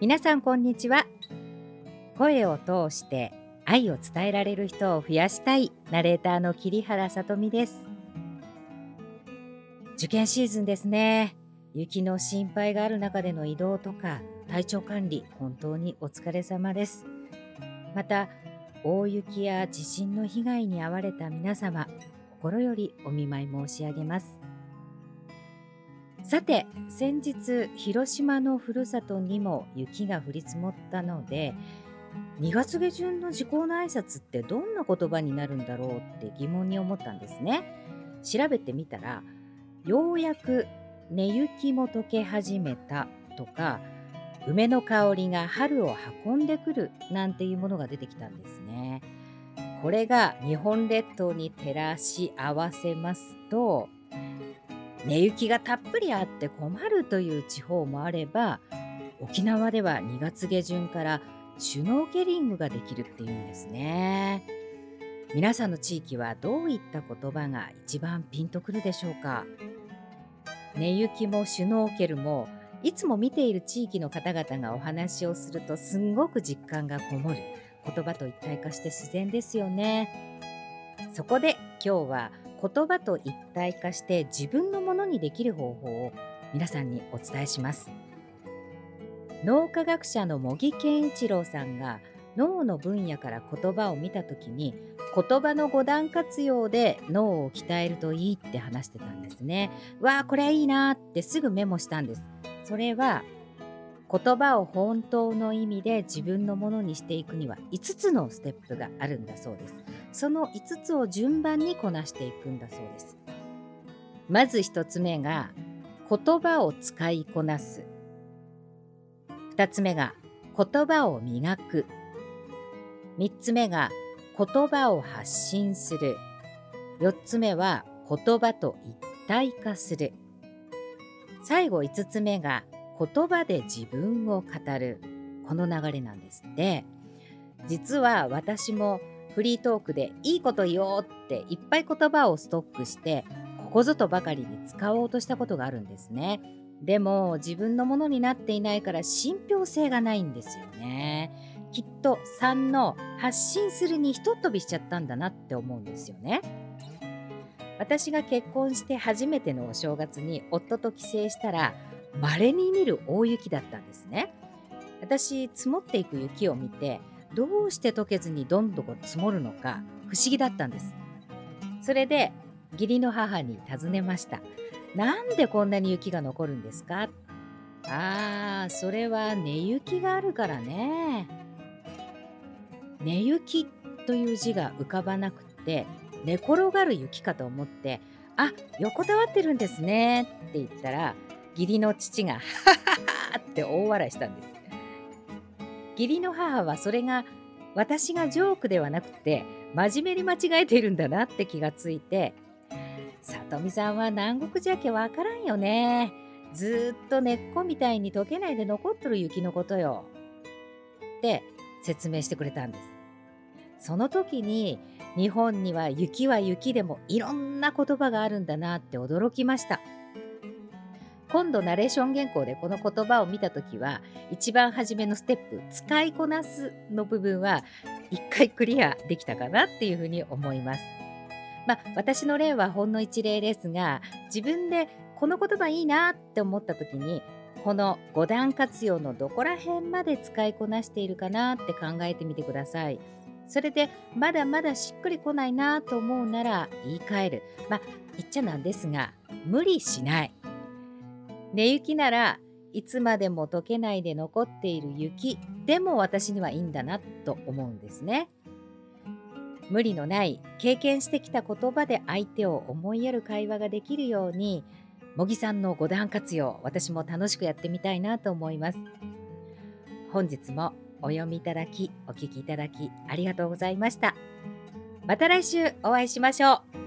皆さんこんにちは。声を通して愛を伝えられる人を増やしたいナレーターの桐原さとみです。受験シーズンですね。雪の心配がある中での移動とか体調管理、本当にお疲れ様です。また大雪や地震の被害に遭われた皆様、心よりお見舞い申し上げます。さて、先日広島のふるさとにも雪が降り積もったので、2月下旬の時効の挨拶ってどんな言葉になるんだろうって疑問に思ったんですね。調べてみたら、ようやく寝雪も溶け始めたとか、梅の香りが春を運んでくるなんていうものが出てきたんですね。これが日本列島に照らし合わせますと、寝雪がたっぷりあって困るという地方もあれば、沖縄では2月下旬からシュノーケリングができるっていうんですね。皆さんの地域はどういった言葉が一番ピンとくるでしょうか。寝雪もシュノーケルもいつも見ている地域の方々がお話をするとすんごく実感がこもる言葉と一体化して自然ですよね。そこで今日は言葉と一体化して自分のものにできる方法を皆さんにお伝えします。脳科学者の茂木健一郎さんが脳の分野から言葉を見たときに、言葉の五段活用で脳を鍛えるといいって話してたんですね。わあ、これいいなってすぐメモしたんです。それは、言葉を本当の意味で自分のものにしていくには5つのステップがあるんだそうです。その5つを順番にこなしていくんだそうです。まず1つ目が言葉を使いこなす。2つ目が言葉を磨く。3つ目が言葉を発信する。4つ目は言葉と一体化する。最後5つ目が言葉で自分を語る。この流れなんですって。実は私もフリートークでいいこと言おうっていっぱい言葉をストックしてここぞとばかりに使おうとしたことがあるんですね。でも自分のものになっていないから信憑性がないんですよね。きっと3の発信するにひとっ飛びしちゃったんだなって思うんですよね。私が結婚して初めてのお正月に夫と帰省したら稀に見る大雪だったんですね。私、積もっていく雪を見てどうして溶けずにどんどん積もるのか不思議だったんです。それで義理の母に尋ねました。なんでこんなに雪が残るんですか？それは寝雪があるからね。寝雪という字が浮かばなくて、寝転がる雪かと思って、横たわってるんですねって言ったら、義理の父がはははって大笑いしたんです。義理の母はそれが私がジョークではなくて、真面目に間違えているんだなって気がついて、さとみさんは南国じゃけわからんよね。ずっと根っこみたいに溶けないで残っとる雪のことよ。って説明してくれたんです。その時に日本には雪は雪でもいろんな言葉があるんだなって驚きました。今度ナレーション原稿でこの言葉を見た時は一番初めのステップ使いこなすの部分は一回クリアできたかなっていうふうに思います。私の例はほんの一例ですが、自分でこの言葉いいなって思った時にこの五段活用のどこら辺まで使いこなしているかなって考えてみてください。それでまだまだしっくりこないなと思うなら言い換える。言っちゃなんですが無理しない。寝雪ならいつまでも溶けないで残っている雪でも私にはいいんだなと思うんですね。無理のない経験してきた言葉で相手を思いやる会話ができるように、茂木さんの五段活用、私も楽しくやってみたいなと思います。本日もお読みいただきお聞きいただきありがとうございました。また来週お会いしましょう。